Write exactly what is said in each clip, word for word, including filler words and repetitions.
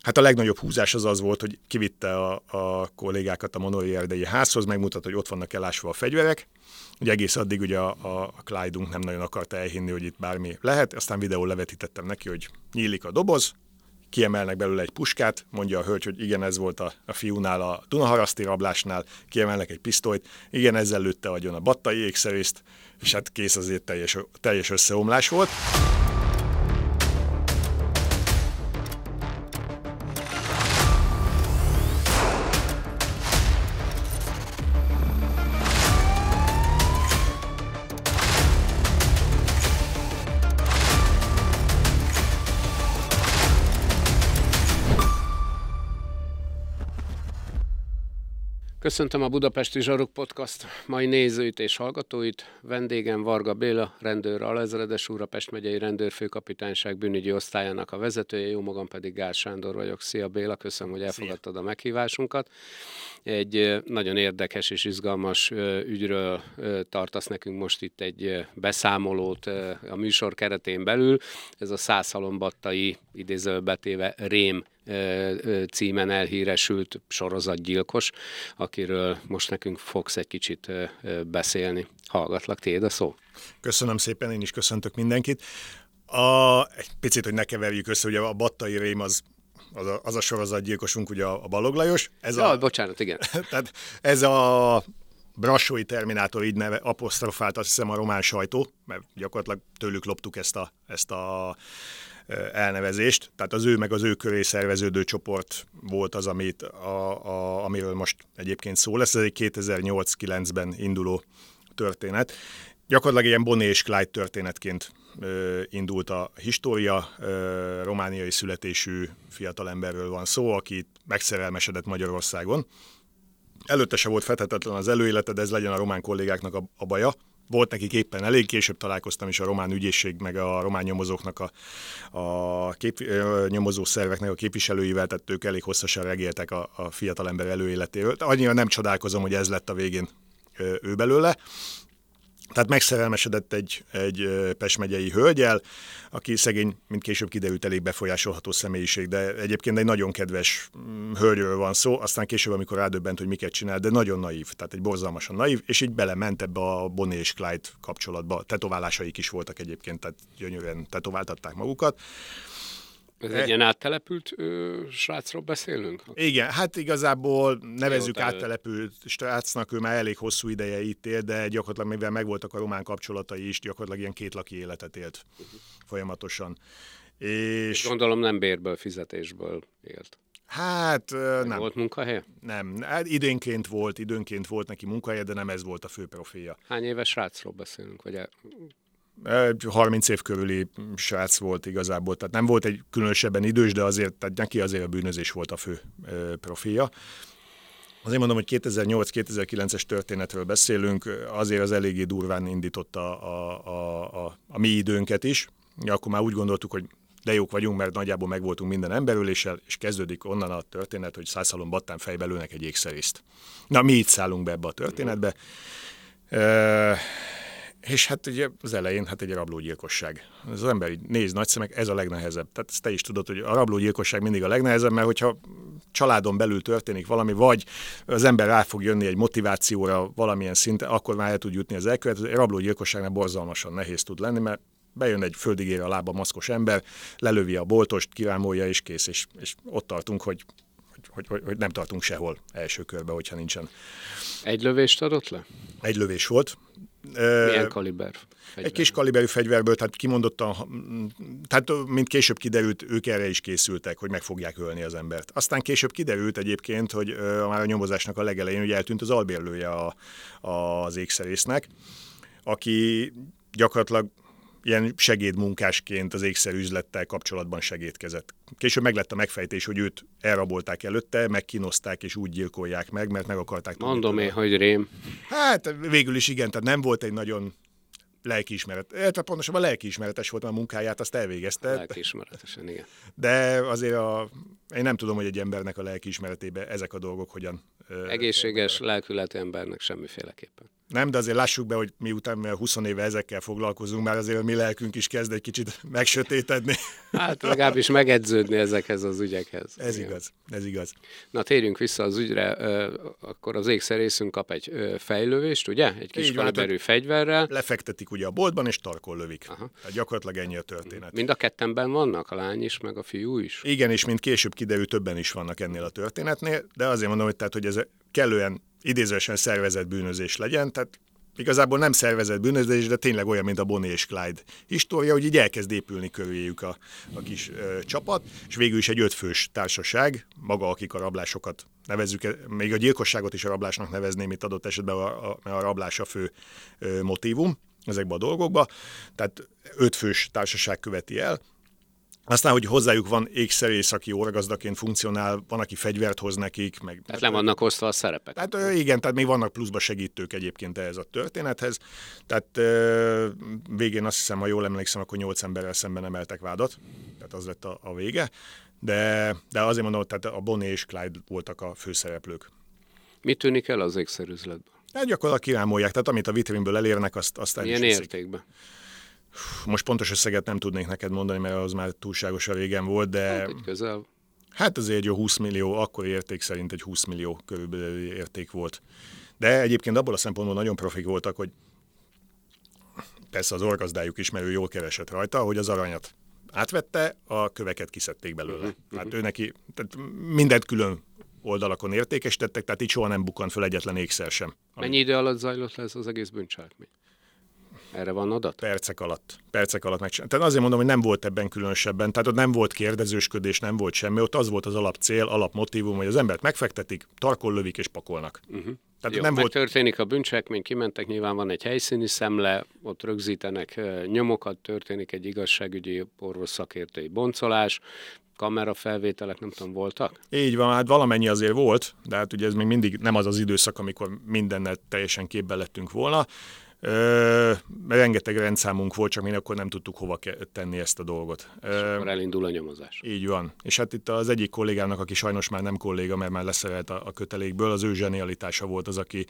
Hát a legnagyobb húzás az az volt, hogy kivitte a, a kollégákat a Monori erdei házhoz, megmutatta, hogy ott vannak elásva a fegyverek. Ugye egész addig ugye a, a, a Clyde-unk nem nagyon akarta elhinni, hogy itt bármi lehet, aztán videón levetítettem neki, hogy nyílik a doboz, kiemelnek belőle egy puskát, mondja a hölgy, hogy igen, ez volt a, a fiúnál a Dunaharaszti rablásnál, kiemelnek egy pisztolyt, igen, ezzel lőtte agyon a battai ékszerészt, és hát kész, azért teljes, teljes összeomlás volt. Köszöntöm a Budapesti Zsaruk Podcast mai nézőit és hallgatóit. Vendégem Varga Béla, rendőr alezredes úr, a Pest megyei rendőrfőkapitányság bűnügyi osztályának a vezetője, jó magam pedig Gál Sándor vagyok. Szia Béla, köszönöm, hogy elfogadtad a meghívásunkat. Egy nagyon érdekes és izgalmas ügyről tartasz nekünk most itt egy beszámolót a műsor keretén belül. Ez a százhalombattai, idézőbe téve rém címen elhíresült sorozatgyilkos, akiről most nekünk fogsz egy kicsit beszélni. Hallgatlak, tiéd a szó. Köszönöm szépen, én is köszöntök mindenkit. A, egy picit, hogy ne keverjük össze, ugye a battai rém az, az, a, az a sorozatgyilkosunk, ugye a, a Balogh Lajos. Ez ja, a, bocsánat, igen. Tehát ez a brassói Terminátor, így neve, apostrofált, azt hiszem a román sajtó, mert gyakorlatilag tőlük loptuk ezt a, ezt a elnevezést, tehát az ő meg az ő köré szerveződő csoport volt az, amit a, a, amiről most egyébként szó lesz. Ez egy kétezer-nyolc-kilencben induló történet. Gyakorlatilag ilyen Bonnie és Clyde történetként ö, indult a história. Ö, romániai születésű fiatalemberről van szó, aki megszerelmesedett Magyarországon. Előtte se volt fedhetetlen az előélete, de ez legyen a román kollégáknak a, a baja. Volt nekik éppen elég, később találkoztam is a román ügyészség, meg a román nyomozóknak, a, a kép, nyomozó szerveknek a képviselőivel, tehát ők elég hosszasan regéltek a, a fiatalember előéletéről. Annyira nem csodálkozom, hogy ez lett a végén ő belőle. Tehát megszerelmesedett egy, egy Pest megyei hölgyel, aki szegény, mint később kiderült, elég befolyásolható személyiség, de egyébként egy nagyon kedves hölgyről van szó, aztán később, amikor rádöbbent, hogy miket csinál, de nagyon naív, tehát egy borzalmasan naív, és így belement ebbe a Bonnie és Clyde kapcsolatba. Tetoválásaik is voltak egyébként, tehát gyönyörűen tetováltatták magukat. Ez egy ilyen áttelepült ö, srácról beszélünk? Igen, hát igazából nevezzük áttelepült srácnak, ő már elég hosszú ideje itt él, de gyakorlatilag mivel megvoltak a román kapcsolatai is, gyakorlatilag ilyen kétlaki életet élt uh-huh. folyamatosan. És... és gondolom nem bérből, fizetésből élt. Hát nem. nem. Volt munkahelye? Nem. Hát időnként volt, időnként volt neki munkahelye, de nem ez volt a fő profilja. Hány éves srácról beszélünk? Vagy el... harminc év körüli srác volt igazából, tehát nem volt egy különösebben idős, de azért, tehát neki azért a bűnözés volt a fő profilja. Azért mondom, hogy kétezer-nyolc-kétezer-kilences történetről beszélünk, azért az eléggé durván indította a, a, a, a mi időnket is. Akkor már úgy gondoltuk, hogy de jók vagyunk, mert nagyjából megvoltunk minden emberöléssel, és kezdődik onnan a történet, hogy Százhalombattán fejbe lőnek egy ékszerészt. Na, mi itt szállunk be ebbe a történetbe. E- És hát ugye az elején hát egy rablógyilkosság. Az ember így néz nagy szemek, ez a legnehezebb. Tehát ezt te is tudod, hogy a rablógyilkosság mindig a legnehezebb, mert hogyha családon belül történik valami, vagy az ember rá fog jönni egy motivációra valamilyen szinten, akkor már el tud jutni az elkövető. A rablógyilkosságnál borzalmasan nehéz tud lenni, mert bejön egy földigére a lába maszkos ember, lelövi a boltost, kirámolja és kész, és, és ott tartunk, hogy Hogy, hogy, hogy nem tartunk sehol első körbe, hogyha nincsen. Egy lövést adott le? Egy lövés volt. Milyen kaliber? Fegyver. Egy kis kaliberű fegyverből, tehát kimondottan, tehát mint később kiderült, ők erre is készültek, hogy meg fogják ölni az embert. Aztán később kiderült egyébként, hogy uh, már a nyomozásnak a legelején ugye eltűnt az albérlője a, a, az ékszerésznek, aki gyakorlatilag ilyen segédmunkásként az ékszerüzlettel kapcsolatban segédkezett. Később meglett a megfejtés, hogy őt elrabolták előtte, megkínozták és úgy gyilkolják meg, mert meg akarták tudni. Mondom én, hogy rém. Hát végül is igen, tehát nem volt egy nagyon lelkiismeret. Tehát pontosabban lelkiismeretes volt a munkáját, azt elvégezte. Lelkiismeretesen, igen. De azért a, én nem tudom, hogy egy embernek a lelkiismeretében ezek a dolgok hogyan... Egészséges, lelkületű embernek semmiféleképpen. Nem, de azért lássuk be, hogy miután húsz éve ezekkel foglalkozunk, már azért a mi lelkünk is kezd egy kicsit megsötétedni. Hát legalábbis megedződni ezekhez az ügyekhez. Ez Igen. igaz, ez igaz. Na térjünk vissza az ügyre, akkor az ékszerészünk kap egy fejlövést, ugye? Egy kis kaliberű fegyverrel. Lefektetik ugye a boltban, és tarkon lövik. Aha. Tehát gyakorlatilag ennyi a történet. Mind a kettenben vannak, a lány is, meg a fiú is? Igen, és mint később kiderül, többen is vannak ennél a történetnél, de azért mondom, hogy, tehát, hogy ez kellően idézősen szervezett bűnözés legyen, tehát igazából nem szervezett bűnözés, de tényleg olyan, mint a Bonnie és Clyde história, hogy így elkezd épülni körüljük a, a kis ö, csapat, és végül is egy ötfős társaság, maga, akik a rablásokat nevezzük, még a gyilkosságot is a rablásnak nevezném, itt adott esetben a, a, a rablás a fő ö, motívum ezekben a dolgokban, tehát ötfős társaság követi el. Aztán, hogy hozzájuk van ékszerész, aki orgazdaként funkcionál, van, aki fegyvert hoz nekik. Meg, tehát le vannak osztva a szerepek. Tehát igen, tehát még vannak pluszba segítők egyébként ehhez a történethez. Tehát végén azt hiszem, ha jól emlékszem, akkor nyolc emberrel szemben emeltek vádat. Tehát az lett a, a vége. De, de azért mondom, tehát a Bonnie és Clyde voltak a főszereplők. Mi tűnik el az ékszerüzletben? Hát gyakorlatilag kirámolják, tehát amit a vitrínből elérnek, azt, azt el is Milyen értékben? Most pontos összeget nem tudnék neked mondani, mert az már túlságosan régen volt, de... Hát, közel. Hát azért egy jó húsz millió, akkori érték szerint egy húsz millió körülbelül érték volt. De egyébként abból a szempontból nagyon profik voltak, hogy persze az orgazdájuk is, mert ő jól keresett rajta, hogy az aranyat átvette, a köveket kiszedték belőle. Uh-huh. Tehát ő neki, tehát mindent külön oldalakon értékesítettek, tehát így soha nem bukkant föl egyetlen ékszer sem. Mennyi idő alatt zajlott le ez az egész bűncselekmény? Erre van adat? Percek alatt. Percek alatt megcsinálni. Tehát azért mondom, hogy nem volt ebben különösebben. Tehát ott nem volt kérdezősködés, nem volt semmi. Ott az volt az alapcél, alapmotívum, hogy az embert megfektetik, tarkon lövik és pakolnak. Uh-huh. Tehát Jó, nem volt... történik a bűncselekmény, kimentek, nyilván van egy helyszíni szemle, ott rögzítenek nyomokat, történik egy igazságügyi orvos szakértői boncolás, kamerafelvételek, nem tudom, voltak? Így van, hát valamennyi azért volt, de hát ugye ez még mindig nem az az időszak, amikor mindennel teljesen képben lettünk volna. Ö, rengeteg rendszámunk volt, csak mi akkor nem tudtuk hova tenni ezt a dolgot. És ö, akkor elindul a nyomozás. Így van. És hát itt az egyik kollégámnak, aki sajnos már nem kolléga, mert már leszerelt a, a kötelékből, az ő zsenialitása volt az, aki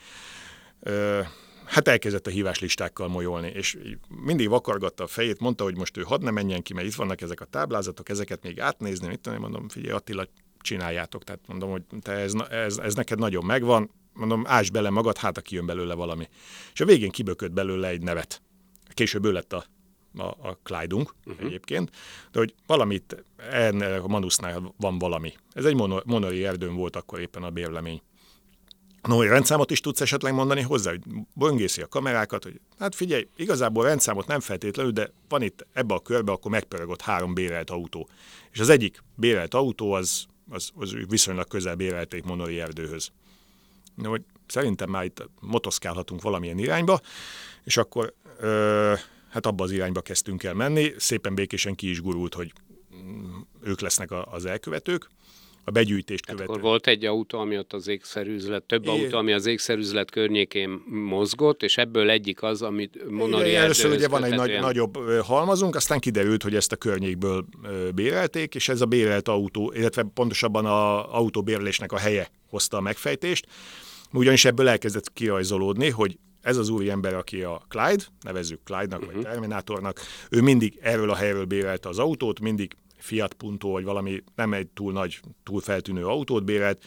ö, hát elkezdett a híváslistákkal molyolni, és mindig vakargatta a fejét, mondta, hogy most ő hadd ne menjen ki, mert itt vannak ezek a táblázatok, ezeket még átnézni, mit tudom, mondom, figyelj Attila, csináljátok, tehát mondom, hogy te ez, ez, ez neked nagyon megvan, mondom, ásd bele magad, hát aki jön belőle valami. És a végén kibökött belőle egy nevet. Később ő lett a, a, a Clyde-unk uh-huh. egyébként, de hogy valamit, ennél a Manusznál van valami. Ez egy mono, monori erdőn volt akkor éppen a bérlemény. No, hogy rendszámot is tudsz esetleg mondani hozzá, hogy böngészi a kamerákat, hogy hát figyelj, igazából rendszámot nem feltétlenül, de van itt ebbe a körbe, akkor megpörög ott három bérelt autó. És az egyik bérelt autó az, az, az viszonylag közel bérelték Monori erdőhöz. No, hogy szerintem már itt motoszkálhatunk valamilyen irányba, és akkor ö, hát abba az irányba kezdtünk el menni, szépen békésen ki is gurult, hogy ők lesznek a, az elkövetők. A begyűjtést követő. Akkor volt egy autó, ami ott az ékszerüzlet, több é... autó, ami az ékszerüzlet környékén mozgott, és ebből egyik az, amit Monori é, először ugye van kötetően... egy nagy, nagyobb halmazunk, aztán kiderült, hogy ezt a környékből bérelték, és ez a bérelt autó, illetve pontosabban az autóbérlésnek a helye hozta a megfejtést, ugyanis ebből elkezdett kirajzolódni, hogy ez az úriember, aki a Clyde, nevezzük Clyde-nak uh-huh. vagy Terminátornak, ő mindig erről a helyről bérelte az autót, mindig Fiat Punto, vagy valami nem egy túl nagy, túl feltűnő autót bérelt,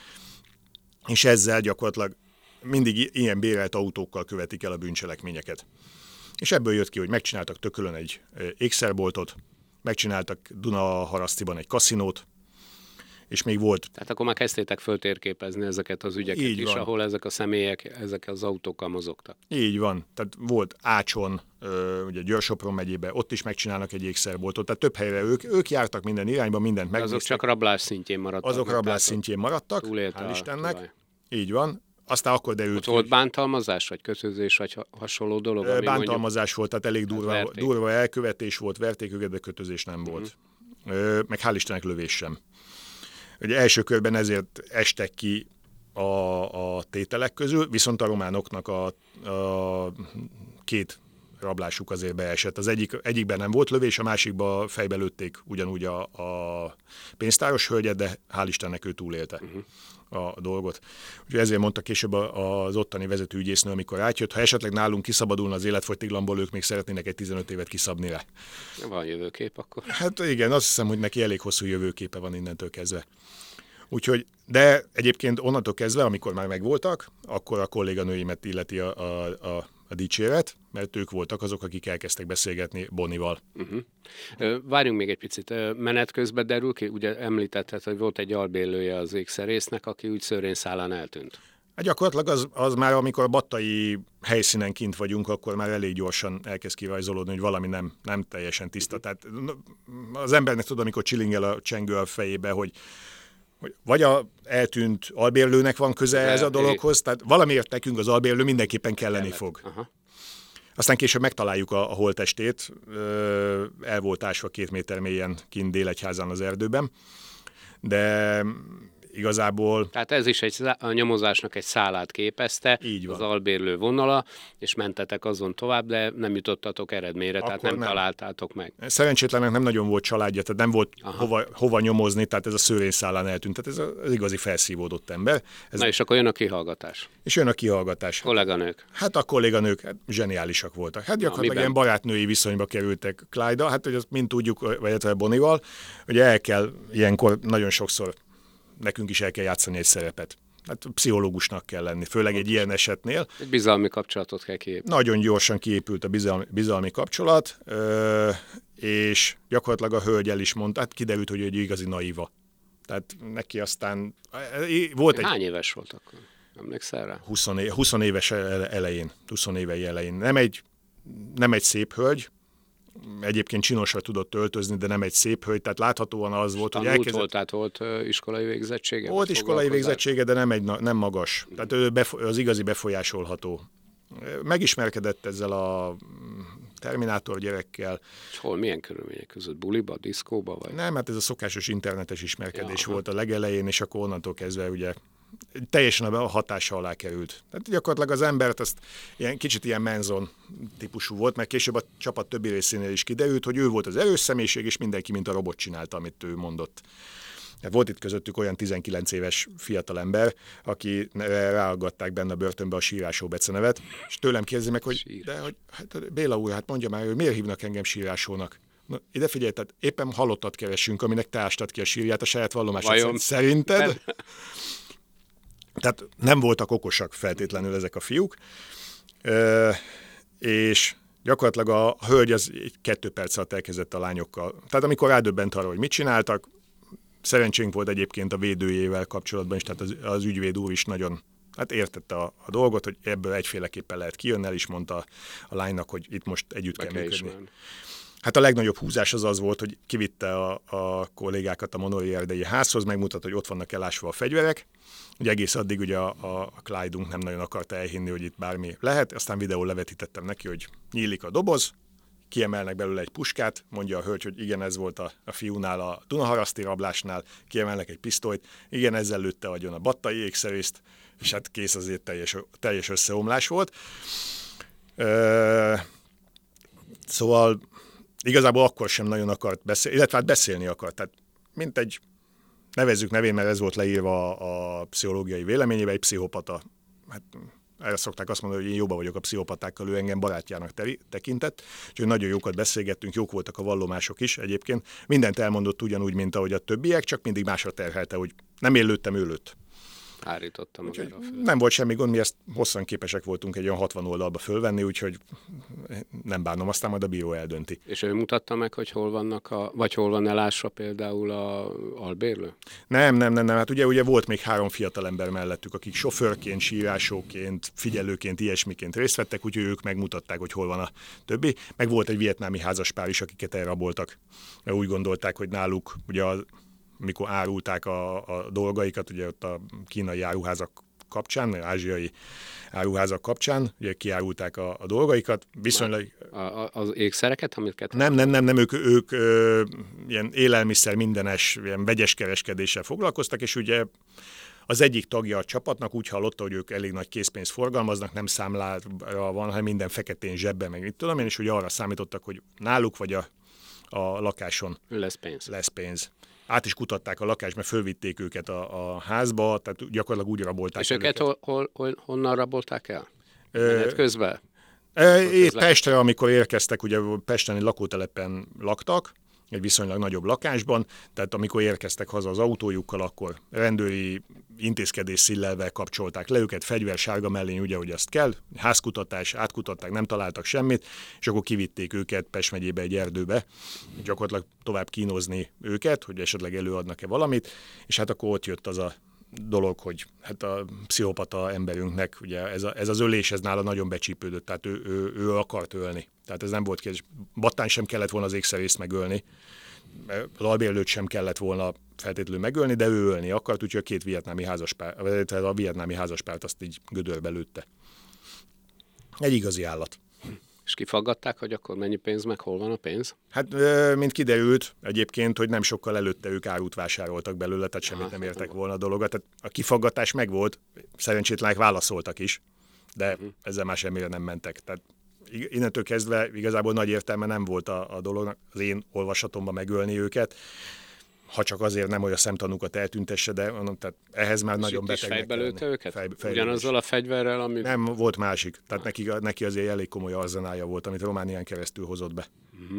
és ezzel gyakorlatilag mindig ilyen bérelt autókkal követik el a bűncselekményeket. És ebből jött ki, hogy megcsináltak Tökölön egy ékszerboltot, megcsináltak Dunaharasztiban egy kaszinót, és még volt... Tehát akkor már kezdtétek föltérképezni ezeket az ügyeket Így is, van. ahol ezek a személyek, ezek az autókkal mozogtak. Így van. Tehát volt Ácson, ugye Győr-Sopron megyében, ott is megcsinálnak egy ékszerboltot, tehát több helyre ők, ők jártak minden irányba, mindent megnéztek. Azok csak rablás szintjén maradtak. Azok rablás szintjén maradtak, hál' Istennek. Tulaj. Így van. Aztán akkor derült. Ott volt bántalmazás, vagy kötözés, vagy hasonló dolog? Ami bántalmazás mondjuk... volt, tehát elég durva, hát durva elkövetés volt, verték őket, de kötözés nem uh-huh. volt. Meg hál' Istennek lövés sem. Ugye első körben ezért estek ki a, a tételek közül, viszont a románoknak a, a két rablásuk azért beesett. Az egyik, egyikben nem volt lövés, a másikban fejbe lőtték ugyanúgy a, a pénztáros hölgyet, de hál' Istennek ő túlélte uh-huh. a dolgot. Úgyhogy ezért mondta később az ottani vezetőügyésznő, amikor átjött, ha esetleg nálunk kiszabadulna az életfogytiglanból, ők még szeretnének egy tizenöt évet kiszabni rá. Van jövőkép akkor? Hát igen, azt hiszem, hogy neki elég hosszú jövőképe van innentől kezdve. Úgyhogy, de egyébként onnantól kezdve, amikor már megvoltak, akkor a kolléganőimet illeti a, a, a, a dicséret, mert ők voltak azok, akik elkezdtek beszélgetni Bonival. Uh-huh. Várjunk még egy picit. Menet közben derül ki, ugye említetted, hogy volt egy albérlője az ékszerésznek, aki úgy szőrényszálán eltűnt. Hát gyakorlatilag az, az már, amikor a battai helyszínen kint vagyunk, akkor már elég gyorsan elkezd kirajzolódni, hogy valami nem, nem teljesen tiszta. Tehát az embernek tudom, amikor csilingel a csengő a fejébe, hogy hogy vagy a eltűnt albérlőnek van köze ez a dologhoz, tehát valamiért nekünk az albérlő mindenképpen kelleni fog. Aha. Aztán később megtaláljuk a, a holttestét, el volt ásva két méter mélyen kint Délegyházán az erdőben, de igazából... Tehát ez is egy, a nyomozásnak egy szálát képezte, az albérlő vonala, és mentetek azon tovább, de nem jutottatok eredményre, akkor tehát nem, nem találtátok meg. Szerencsétlenek nem nagyon volt családja, tehát nem volt hova, hova nyomozni, tehát ez a szőrényszálán eltűnt, tehát ez az igazi felszívódott ember. Ez Na és akkor jön a kihallgatás. És jön a kihallgatás. Kolléganők. Hát a kolléganők hát zseniálisak voltak. Hát gyakorlatilag ilyen barátnői viszonyba kerültek Clyde-dal, hát hogy azt mind tudjuk, vagy Bonival, hogy el kell ilyenkor nagyon sokszor nekünk is el kell játszani egy szerepet. Hát pszichológusnak kell lenni, főleg egy ilyen esetnél. Egy bizalmi kapcsolatot kell kiépíteni. Nagyon gyorsan kiépült a bizalmi, bizalmi kapcsolat, és gyakorlatilag a hölgy el is mondta, hát kiderült, hogy egy igazi naiva. Tehát neki aztán volt egy... Hány éves volt akkor? Emlékszel rá? húsz éves elején, húsz évei elején. Nem egy, nem egy szép hölgy, egyébként csinosra tudott öltözni, de nem egy szép hölgy, tehát láthatóan az volt, hogy elkezdett... volt, tehát volt iskolai végzettsége? Volt iskolai végzettsége, de nem, egy, nem magas. Tehát ő befo- az igazi befolyásolható. Megismerkedett ezzel a Terminátor gyerekkel. És hol, milyen körülmények között? Buliba, diszkóba? Vagy? Nem, hát ez a szokásos internetes ismerkedés ja, volt a legelején, és akkor onnantól kezdve ugye teljesen a hatása alá került. Tehát gyakorlatilag az embert azt ilyen, kicsit ilyen Manson típusú volt, mert később a csapat többi részénél is kiderült, hogy ő volt az erős személyiség, és mindenki, mint a robot csinálta, amit ő mondott. Hát volt itt közöttük olyan tizenkilenc éves fiatalember, aki ráaggatták benne a börtönbe a Sírásó becenevet, és tőlem kérdezi meg, hogy, de, hogy hát Béla úr, hát mondja már, hogy miért hívnak engem Sírásónak? Na, ide figyelj, tehát éppen halottat keresünk, aminek te ástad ki a sírját a saját vallomásod. Szerinted? Tehát nem voltak okosak feltétlenül ezek a fiúk, e, és gyakorlatilag a hölgy az kettő perc alatt elkezdett a lányokkal. Tehát amikor rádöbbent arra, hogy mit csináltak, szerencsénk volt egyébként a védőjével kapcsolatban is, tehát az, az ügyvéd úr is nagyon hát értette a, a dolgot, hogy ebből egyféleképpen lehet kijönni, el is mondta a lánynak, hogy itt most együtt kell működni. Hát a legnagyobb húzás az az volt, hogy kivitte a, a kollégákat a Monori erdei házhoz, megmutatta, hogy ott vannak elásva a fegyverek. Ugye egész addig ugye a, a, a Clyde-unk nem nagyon akarta elhinni, hogy itt bármi lehet, aztán videón levetítettem neki, hogy nyílik a doboz, kiemelnek belőle egy puskát, mondja a hölgy, hogy igen, ez volt a, a fiúnál a Dunaharaszti rablásnál, kiemelnek egy pisztolyt, igen, ezzel lőtte agyon a battai ékszerészt, és hát kész, azért teljes, teljes összeomlás volt. Ö, szóval igazából akkor sem nagyon akart beszélni, illetve hát beszélni akart, tehát mint egy, nevezzük nevén, mert ez volt leírva a, a pszichológiai véleményébe, egy pszichopata, hát erre szokták azt mondani, hogy én jobban vagyok a pszichopatákkal, ő engem barátjának tekintett, úgyhogy nagyon jókat beszélgettünk, jók voltak a vallomások is egyébként. Mindent elmondott ugyanúgy, mint ahogy a többiek, csak mindig másra terhelte, hogy nem én lőttem, ő lőtt. Állítottam úgyhogy nem volt semmi gond, mi ezt hosszan képesek voltunk egy olyan hatvan oldalba fölvenni, úgyhogy nem bánom, aztán majd a bíró eldönti. És ő mutatta meg, hogy hol vannak, a, vagy hol van elásva például a albérlő? Nem, nem, nem, nem, hát ugye, ugye volt még három fiatalember mellettük, akik sofőrként, sírásóként, figyelőként, ilyesmiként részt vettek, úgyhogy ők megmutatták, hogy hol van a többi. Meg volt egy vietnámi házaspár is, akiket elraboltak, mert úgy gondolták, hogy náluk ugye a mikor árulták a, a dolgaikat, ugye ott a kínai áruházak kapcsán, ázsiai áruházak kapcsán, ugye kiárulták a, a dolgaikat, viszonylag... A, a, az ékszereket, amit Nem, nem, nem, nem, ők, ők ö, ilyen élelmiszer mindenes, ilyen vegyes kereskedéssel foglalkoztak, és ugye az egyik tagja a csapatnak úgy hallotta, hogy ők elég nagy készpénzt forgalmaznak, nem számlára van, hanem minden feketén zsebben, meg mit tudom én, és ugye arra számítottak, hogy náluk vagy a, a lakáson lesz pénz. lesz pénz. Át is kutatták a lakást, mert fölvitték őket a, a házba, tehát gyakorlatilag úgy rabolták. És őket hol, hol, hol, honnan rabolták el? Ö, Menet közben? Itt Pestre, amikor érkeztek, ugye Pesten egy lakótelepen laktak, egy viszonylag nagyobb lakásban, tehát amikor érkeztek haza az autójukkal, akkor rendőri intézkedés szillelvel kapcsolták le őket, fegyver, sárga mellény, ugye, hogy azt kell, házkutatás, átkutatták, nem találtak semmit, és akkor kivitték őket Pest megyébe egy erdőbe, gyakorlatilag tovább kínozni őket, hogy esetleg előadnak-e valamit, és hát akkor ott jött az a dolog, hogy hát a pszichopata emberünknek, ugye ez, a, ez az ölés, ez nála nagyon becsípődött, tehát ő, ő, ő akart ölni. Tehát ez nem volt kérdés. Battán sem kellett volna az ékszerészt megölni, az albérlőt sem kellett volna feltétlenül megölni, de ő ölni akart, úgyhogy a két vietnámi házaspár, vagy a vietnámi házaspárt azt így gödörbe lőtte. Egy igazi állat. És kifaggatták, hogy akkor mennyi pénz, meg hol van a pénz? Hát, mint kiderült egyébként, hogy nem sokkal előtte ők árut vásároltak belőle, tehát semmit nem értek volna a dologat. Tehát a kifaggatás megvolt, szerencsétlenek válaszoltak is, de ezzel már semmire nem mentek. Tehát innentől kezdve igazából nagy értelme nem volt a, a dolognak, az én olvasatomban megölni őket, ha csak azért nem, hogy a szemtanúkat eltüntesse, de mondom, tehát ehhez már és nagyon betegnek fejbe lőtte őket? Fej, Ugyanazzal a fegyverrel, ami... Nem, volt másik. Tehát neki, neki azért elég komoly arzenálja volt, amit Románián keresztül hozott be. Uh-huh.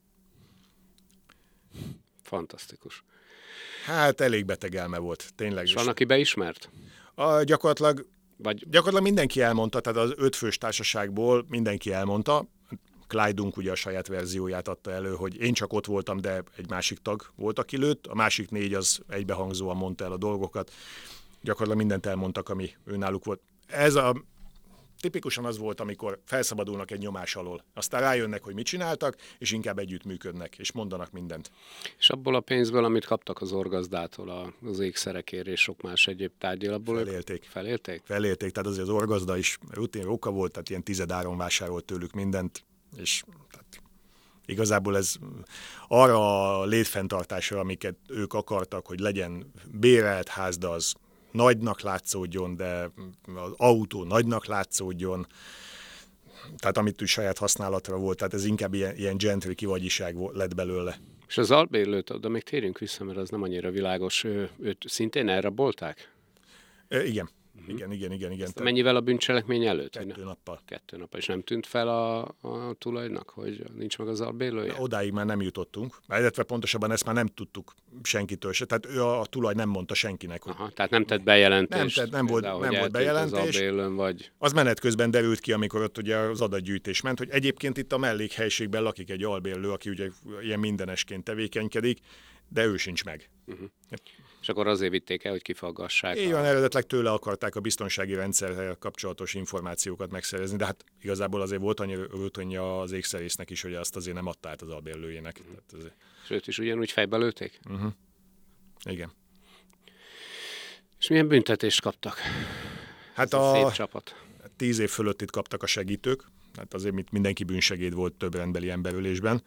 Fantasztikus. Hát elég beteg elme volt, tényleg. És van, aki beismert? A, gyakorlatilag, Vagy... gyakorlatilag mindenki elmondta, tehát az ötfős társaságból mindenki elmondta. Clyde-unk ugye a saját verzióját adta elő, hogy én csak ott voltam, de egy másik tag volt, aki lőtt. A másik négy az egybehangzóan mondta el a dolgokat. Gyakorlatilag mindent elmondtak, ami őnáluk volt. Ez a tipikusan az volt, amikor felszabadulnak egy nyomás alól. Aztán rájönnek, hogy mit csináltak, és inkább együttműködnek, és mondanak mindent. És abból a pénzből, amit kaptak az orgazdától, az ékszerekért és sok más egyéb tárgyal, abból felélték. Felélték? Felélték, tehát azért az orgazda is rutin róka volt, tehát ilyen tizedáron vásárolt tőlük mindent, és tehát igazából ez arra a létfenntartásra, amiket ők akartak, hogy legyen bérelt ház, de az nagynak látszódjon, de az autó nagynak látszódjon, tehát amit úgy saját használatra volt, tehát ez inkább ilyen, ilyen gentry kivagyiság lett belőle. És az albérlőt, oda még térjünk vissza, mert az nem annyira világos, ő, őt szintén elrabolták? E, igen. Uh-huh. Igen, igen, igen, igen. Tehát mennyivel a bűncselekmény előtt? Kettő nappal. Kettő nappal. És nem tűnt fel a, a tulajnak, hogy nincs meg az albérlője? De odáig már nem jutottunk. Illetve pontosabban ezt már nem tudtuk senkitől se. Tehát ő a, a tulaj nem mondta senkinek. Hogy... Aha, tehát nem tett bejelentést. Nem, tett, nem volt, nem volt bejelentés. Az albérlőn, vagy... Az menet közben derült ki, amikor ott ugye az adatgyűjtés ment, hogy egyébként itt a mellékhelyiségben lakik egy albérlő, aki ugye ilyen mindenesként tevékenykedik, de ő sincs meg. Uh-huh. És akkor azért vitték el, hogy kifaggassák. Így van, a... eredetileg tőle akarták a biztonsági rendszerrel kapcsolatos információkat megszerezni, de hát igazából azért volt annyi rötönje az ékszerésznek is, hogy azt azért nem adta át az albérlőjének. Uh-huh. Tehát azért... És őt is ugyanúgy fejbe lőtték? Uh-huh. Igen. És milyen büntetést kaptak? Hát a, a szép csapat. Tíz év fölött itt kaptak a segítők, hát azért mindenki bűnsegéd volt több rendbeli emberölésben.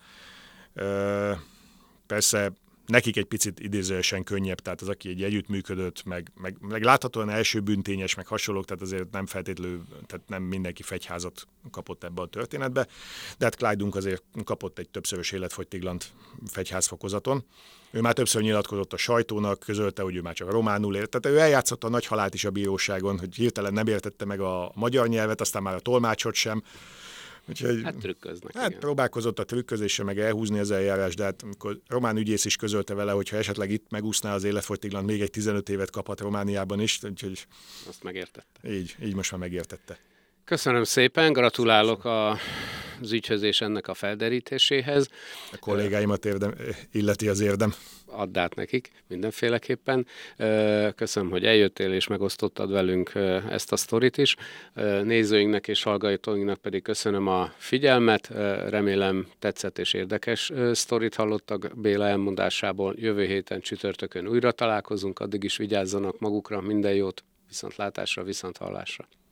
Persze nekik egy picit idézőesen könnyebb, tehát az, aki egy együttműködött, meg, meg, meg láthatóan első bűntényes, meg hasonlók, tehát azért nem feltétlenül, tehát nem mindenki fegyházat kapott ebbe a történetbe, de hát Clyde-unk azért kapott egy többszörös életfogytiglant fegyházfokozaton. Ő már többször nyilatkozott a sajtónak, közölte, hogy ő már csak románul ért, tehát ő eljátszotta a nagy halált is a bíróságon, hogy hirtelen nem értette meg a magyar nyelvet, aztán már a tolmácsot sem. Úgyhogy, hát trükköznek. Hát igen. Próbálkozott a trükközésre meg elhúzni az eljárás, de hát amikor román ügyész is közölte vele, hogy ha esetleg itt megúszná az életfogytiglant, még egy tizenöt évet kaphat Romániában is. Úgyhogy azt megértette. Így, így most már megértette. Köszönöm szépen, gratulálok a, az ügyhöz és ennek a felderítéséhez. A kollégáimat érdem, illeti az érdem. Add át nekik mindenféleképpen. Köszönöm, hogy eljöttél és megosztottad velünk ezt a sztorit is. Nézőinknek és hallgatóinknak pedig köszönöm a figyelmet. Remélem tetszett és érdekes sztorit hallottak Béla elmondásából. Jövő héten csütörtökön újra találkozunk, addig is vigyázzanak magukra, minden jót, viszont látásra, viszont hallásra.